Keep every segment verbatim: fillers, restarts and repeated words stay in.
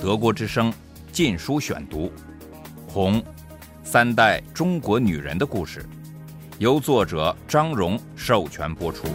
德国之声《禁书选读》，红三代中国女人的故事，由作者张荣授权播出。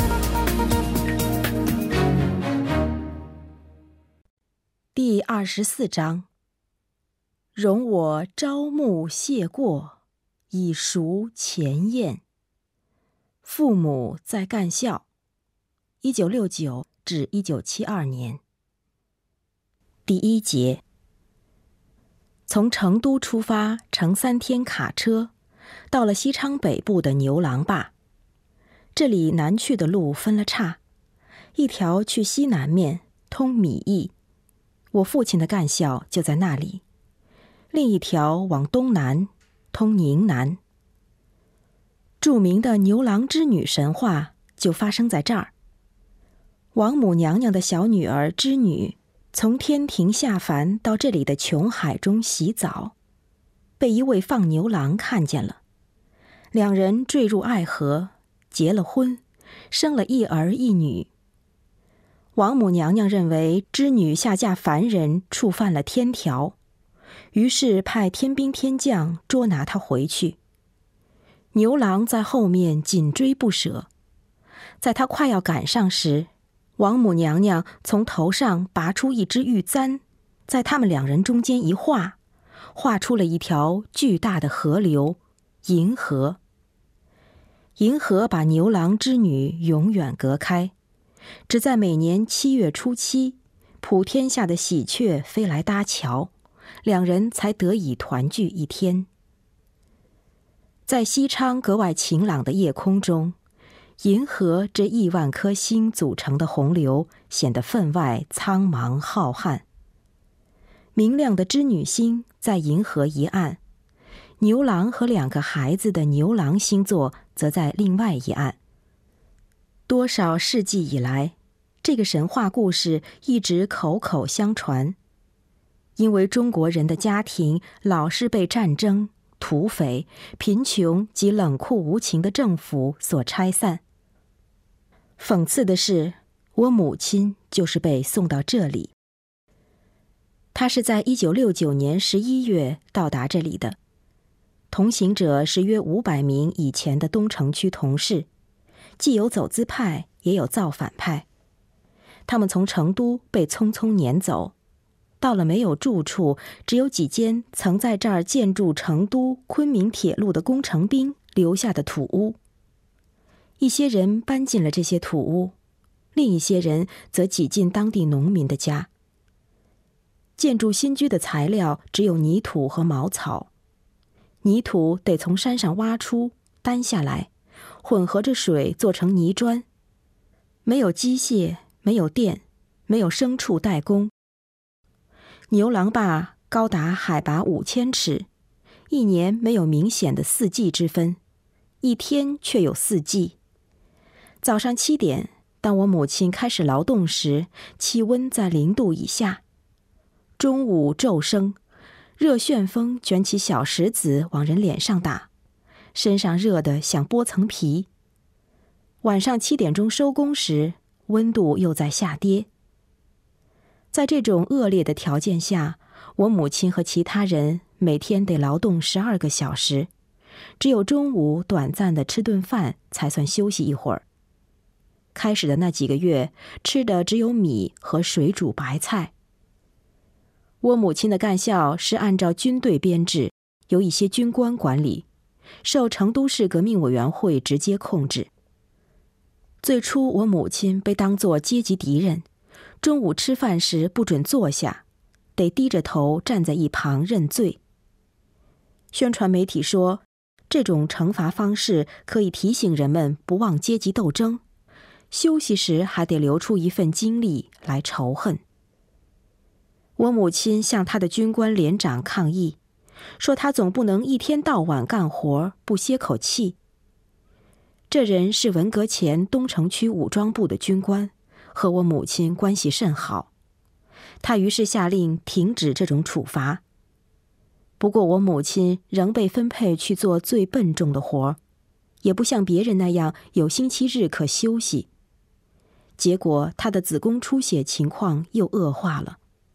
第二十四章，容我朝暮谢过，已熟前宴。父母在干校，一九六九至一九七二年。第一节，从成都出发，乘三天卡车，到了西昌北部的牛郎坝。这里南去的路分了岔，一条去西南面，通米易，我父亲的干校就在那里；另一条往东南，通宁南。著名的牛郎织女神话就发生在这儿。王母娘娘的小女儿织女从天庭下凡到这里的琼海中洗澡，被一位放牛郎看见了，两人坠入爱河，结了婚，生了一儿一女。王母娘娘认为织女下嫁凡人，触犯了天条，于是派天兵天将捉拿她回去。牛郎在后面紧追不舍，在他快要赶上时，王母娘娘从头上拔出一支玉簪，在他们两人中间一画，画出了一条巨大的河流——银河。银河把牛郎织女永远隔开，只在每年七月初七，普天下的喜鹊飞来搭桥，两人才得以团聚一天。在西昌格外晴朗的夜空中，银河这亿万颗星组成的洪流显得分外苍茫浩瀚。明亮的织女星在银河一岸，牛郎和两个孩子的牛郎星座则在另外一岸。多少世纪以来，这个神话故事一直口口相传，因为中国人的家庭老是被战争、土匪、贫穷及冷酷无情的政府所拆散。讽刺的是，我母亲就是被送到这里。她是在一九六九年十一月到达这里的，同行者是约五百名以前的东城区同事，既有走资派，也有造反派。他们从成都被匆匆撵走，到了没有住处，只有几间曾在这儿建筑成都、昆明铁路的工程兵留下的土屋。一些人搬进了这些土屋，另一些人则挤进当地农民的家。建筑新居的材料只有泥土和茅草，泥土得从山上挖出，担下来，混合着水做成泥砖。没有机械，没有电，没有牲畜代工。牛郎坝高达海拔五千尺，一年没有明显的四季之分，一天却有四季。早上七点，当我母亲开始劳动时，气温在零度以下。中午骤升，热旋风卷起小石子往人脸上打，身上热得像剥层皮。晚上七点钟收工时，温度又在下跌。在这种恶劣的条件下，我母亲和其他人每天得劳动十二个小时，只有中午短暂的吃顿饭才算休息一会儿。开始的那几个月，吃的只有米和水煮白菜。我母亲的干校是按照军队编制，由一些军官管理，受成都市革命委员会直接控制。最初我母亲被当作阶级敌人，中午吃饭时不准坐下，得低着头站在一旁认罪。宣传媒体说，这种惩罚方式可以提醒人们不忘阶级斗争，休息时还得留出一份精力来仇恨。我母亲向她的军官连长抗议，说她总不能一天到晚干活不歇口气。这人是文革前东城区武装部的军官，和我母亲关系甚好。他于是下令停止这种处罚。不过我母亲仍被分配去做最笨重的活，也不像别人那样有星期日可休息。结果她的子宫出血情况又恶化了，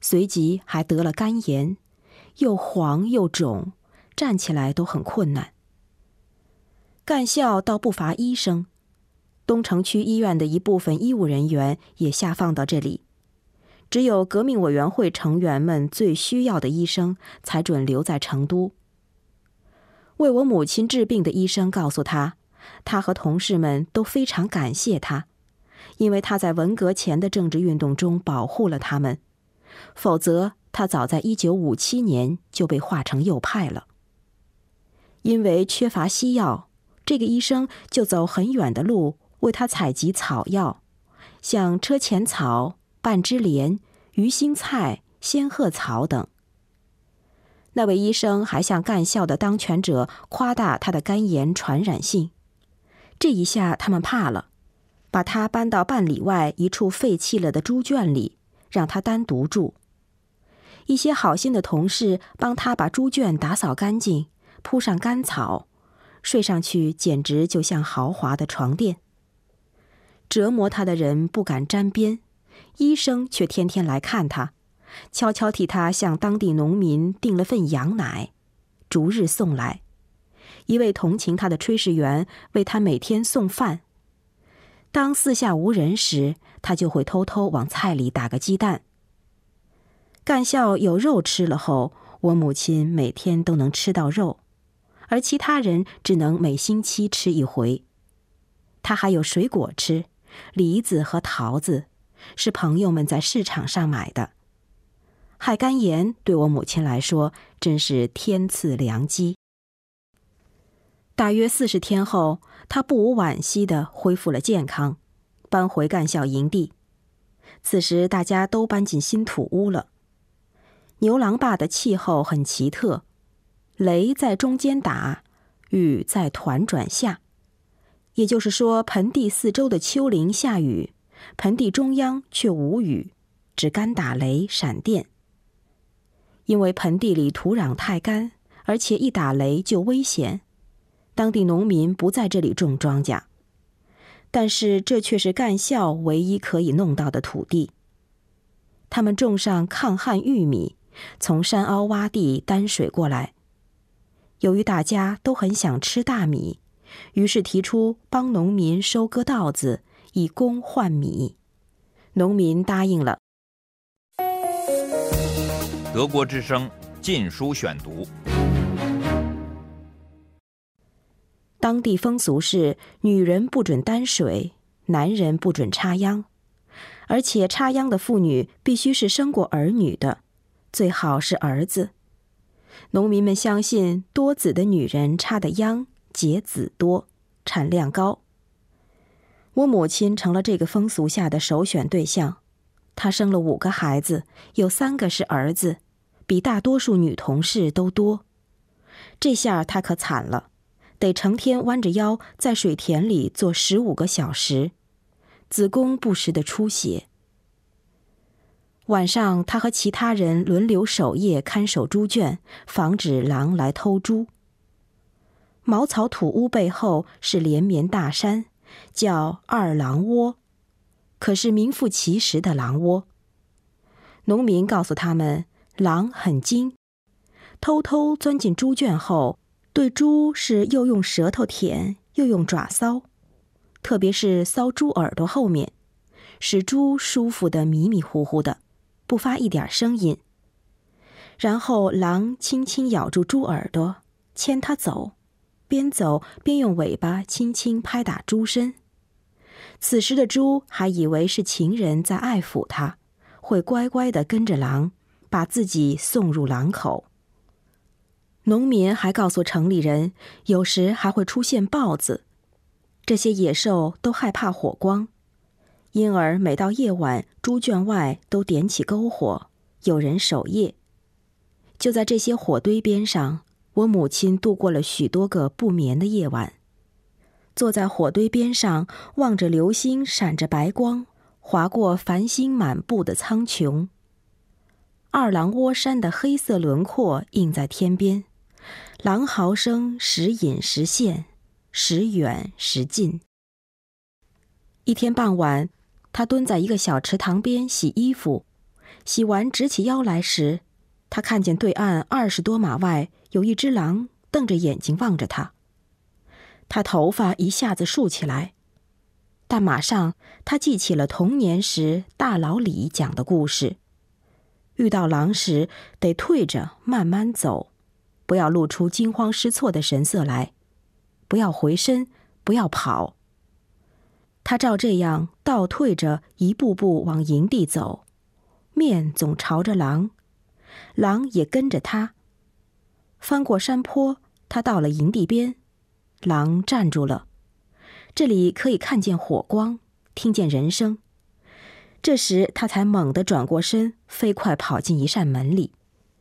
随即还得了肝炎，又黄又肿，站起来都很困难。干校倒不乏医生，东城区医院的一部分医务人员也下放到这里，只有革命委员会成员们最需要的医生才准留在成都。为我母亲治病的医生告诉他，他和同事们都非常感谢他，因为他在文革前的政治运动中保护了他们，否则他早在一九五七年就被划成右派了。因为缺乏西药，这个医生就走很远的路为他采集草药，像车前草、半枝莲、鱼腥菜、仙鹤草等。那位医生还向干校的当权者夸大他的肝炎传染性，这一下他们怕了，把他搬到半里外一处废弃了的猪圈里，让他单独住。一些好心的同事帮他把猪圈打扫干净，铺上干草，睡上去简直就像豪华的床垫。折磨他的人不敢沾边，医生却天天来看他，悄悄替他向当地农民订了份羊奶，逐日送来。一位同情他的炊事员为他每天送饭，当四下无人时，他就会偷偷往菜里打个鸡蛋。干校有肉吃了后，我母亲每天都能吃到肉，而其他人只能每星期吃一回。他还有水果吃，梨子和桃子，是朋友们在市场上买的。害肝炎对我母亲来说真是天赐良机。大约四十天后，她不无惋惜地恢复了健康，搬回干校营地。此时大家都搬进新土屋了。牛郎坝的气候很奇特，雷在中间打，雨在团转下，也就是说，盆地四周的丘陵下雨，盆地中央却无雨，只干打雷闪电。因为盆地里土壤太干，而且一打雷就危险，当地农民不在这里种庄稼。但是这却是干校唯一可以弄到的土地。他们种上抗旱玉米，从山凹洼地担水过来。由于大家都很想吃大米，于是提出帮农民收割稻子，以供换米。农民答应了。 德国之声禁书选读。 当地风俗是女人不准担水，男人不准插秧，而且插秧的妇女必须是生过儿女的，最好是儿子。农民们相信多子的女人插的秧结子多，产量高。我母亲成了这个风俗下的首选对象，她生了五个孩子，有三个是儿子，比大多数女同事都多。这下她可惨了，得成天弯着腰在水田里坐十五个小时，子宫不时地出血。晚上，她和其他人轮流守夜看守猪圈，防止狼来偷猪。茅草土屋背后是连绵大山，叫二狼窝，可是名副其实的狼窝。农民告诉他们，狼很精，偷偷钻进猪圈后，对猪是又用舌头舔，又用爪搔，特别是搔猪耳朵后面，使猪舒服得迷迷糊糊的，不发一点声音。然后狼轻轻咬住猪耳朵，牵它走，边走边用尾巴轻轻拍打猪身。此时的猪还以为是情人在爱抚它，会乖乖地跟着狼，把自己送入狼口。农民还告诉城里人，有时还会出现豹子。这些野兽都害怕火光，因而每到夜晚，猪圈外都点起篝火，有人守夜。就在这些火堆边上，我母亲度过了许多个不眠的夜晚。坐在火堆边上，望着流星闪着白光，划过繁星满布的苍穹。二郎窝山的黑色轮廓映在天边，狼嚎声时隐时现，时远时近。一天傍晚，他蹲在一个小池塘边洗衣服， 洗完直起腰来时，他看见对岸二十多码外有一只狼瞪着眼睛望着他。他头发一下子竖起来，但马上他记起了童年时大老李讲的故事，遇到狼时得退着慢慢走，不要露出惊慌失措的神色来，不要回身，不要跑。他照这样倒退着一步步往营地走，面总朝着狼，狼也跟着他。翻过山坡，他到了营地边，狼站住了，这里可以看见火光，听见人声。这时他才猛地转过身，飞快跑进一扇门里。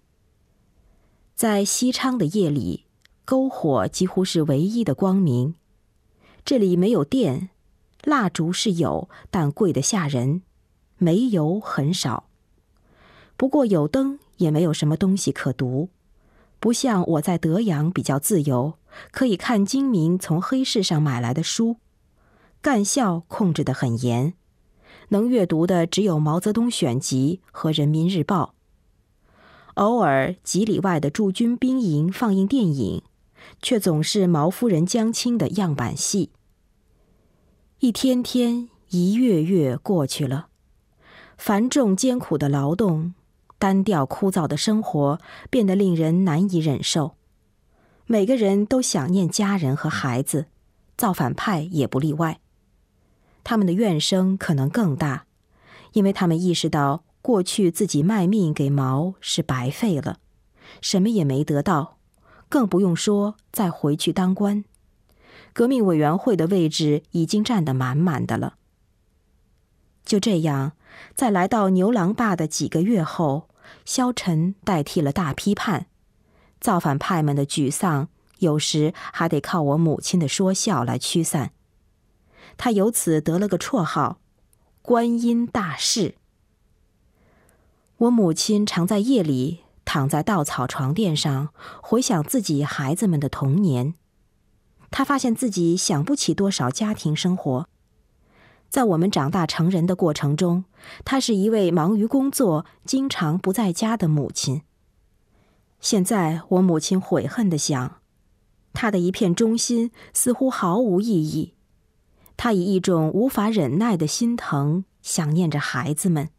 在西昌的夜里，篝火几乎是唯一的光明。这里没有电，蜡烛是有，但贵得吓人，煤油很少。不过有灯也没有什么东西可读，不像我在德阳比较自由，可以看精明从黑市上买来的书。干校控制得很严，能阅读的只有毛泽东选集和人民日报。偶尔几里外的驻军兵营放映电影，却总是毛夫人江青的样板戏。一天天一月月过去了，繁重艰苦的劳动，单调枯燥的生活变得令人难以忍受。每个人都想念家人和孩子，造反派也不例外。他们的怨声可能更大，因为他们意识到过去自己卖命给毛是白费了，什么也没得到，更不用说再回去当官。革命委员会的位置已经占得满满的了。就这样，在来到牛郎坝的几个月后，消沉代替了大批判，造反派们的沮丧有时还得靠我母亲的说笑来驱散。她由此得了个绰号“观音大士”。我母亲常在夜里躺在稻草床垫上，回想自己孩子们的童年。她发现自己想不起多少家庭生活。在我们长大成人的过程中，她是一位忙于工作、经常不在家的母亲。现在我母亲悔恨地想，她的一片忠心似乎毫无意义。她以一种无法忍耐的心疼想念着孩子们。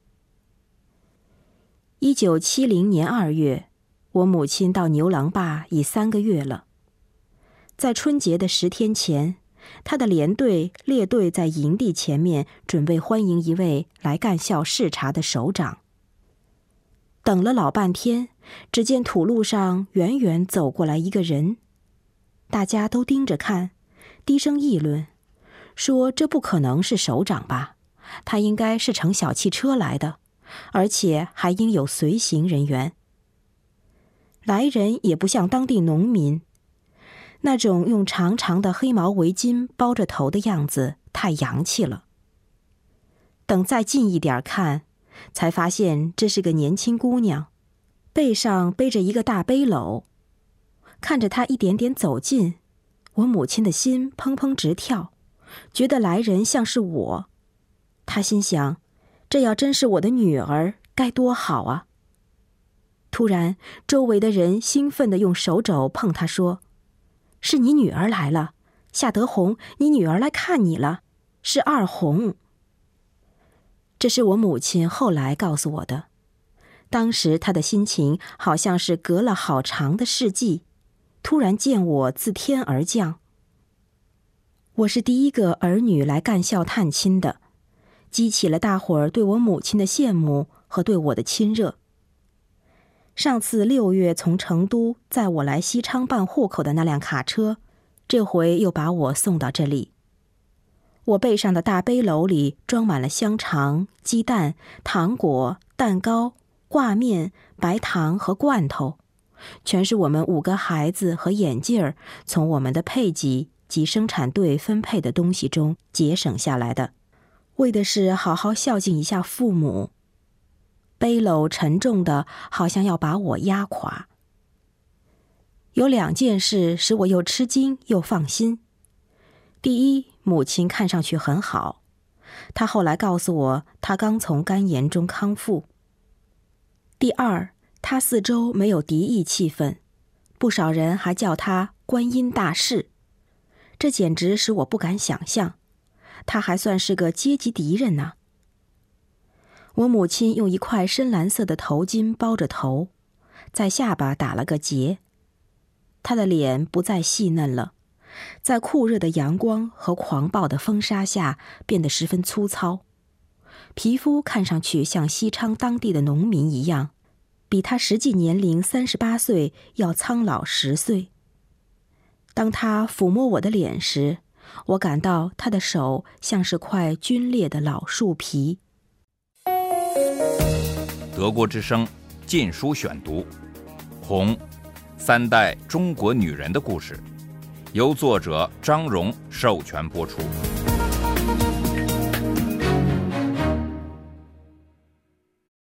一九七零年二月，我母亲到牛郎坝已三个月了。在春节的十天前，他的连队列队在营地前面，准备欢迎一位来干校视察的首长。等了老半天，只见土路上远远走过来一个人，大家都盯着看，低声议论，说这不可能是首长吧，他应该是乘小汽车来的，而且还应有随行人员。来人也不像当地农民，那种用长长的黑毛围巾包着头的样子太洋气了。等再近一点看，才发现这是个年轻姑娘，背上背着一个大背篓。看着她一点点走近，我母亲的心砰砰直跳，觉得来人像是我。她心想，这要真是我的女儿，该多好啊！突然，周围的人兴奋地用手肘碰她说，是你女儿来了，夏德红，你女儿来看你了，是二红。这是我母亲后来告诉我的。当时她的心情好像是隔了好长的世纪，突然见我自天而降。我是第一个儿女来干校探亲的，激起了大伙儿对我母亲的羡慕和对我的亲热。上次六月从成都载我来西昌办户口的那辆卡车，这回又把我送到这里。我背上的大背篓里装满了香肠、鸡蛋、糖果、蛋糕、挂面、白糖和罐头，全是我们五个孩子和眼镜儿从我们的配给及生产队分配的东西中节省下来的，为的是好好孝敬一下父母。背篓沉重的，好像要把我压垮。有两件事使我又吃惊又放心。第一，母亲看上去很好，她后来告诉我，她刚从肝炎中康复。 第二，他四周没有敌意气氛，不少人还叫他观音大士，这简直使我不敢想象，他还算是个阶级敌人呢。我母亲用一块深蓝色的头巾包着头，在下巴打了个结。她的脸不再细嫩了，在酷热的阳光和狂暴的风沙下变得十分粗糙，皮肤看上去像西昌当地的农民一样，比她实际年龄三十八岁要苍老十岁。当她抚摸我的脸时，我感到她的手像是块皲裂的老树皮。 德国之声禁书选读，红三代中国女人的故事，由作者张荣授权播出。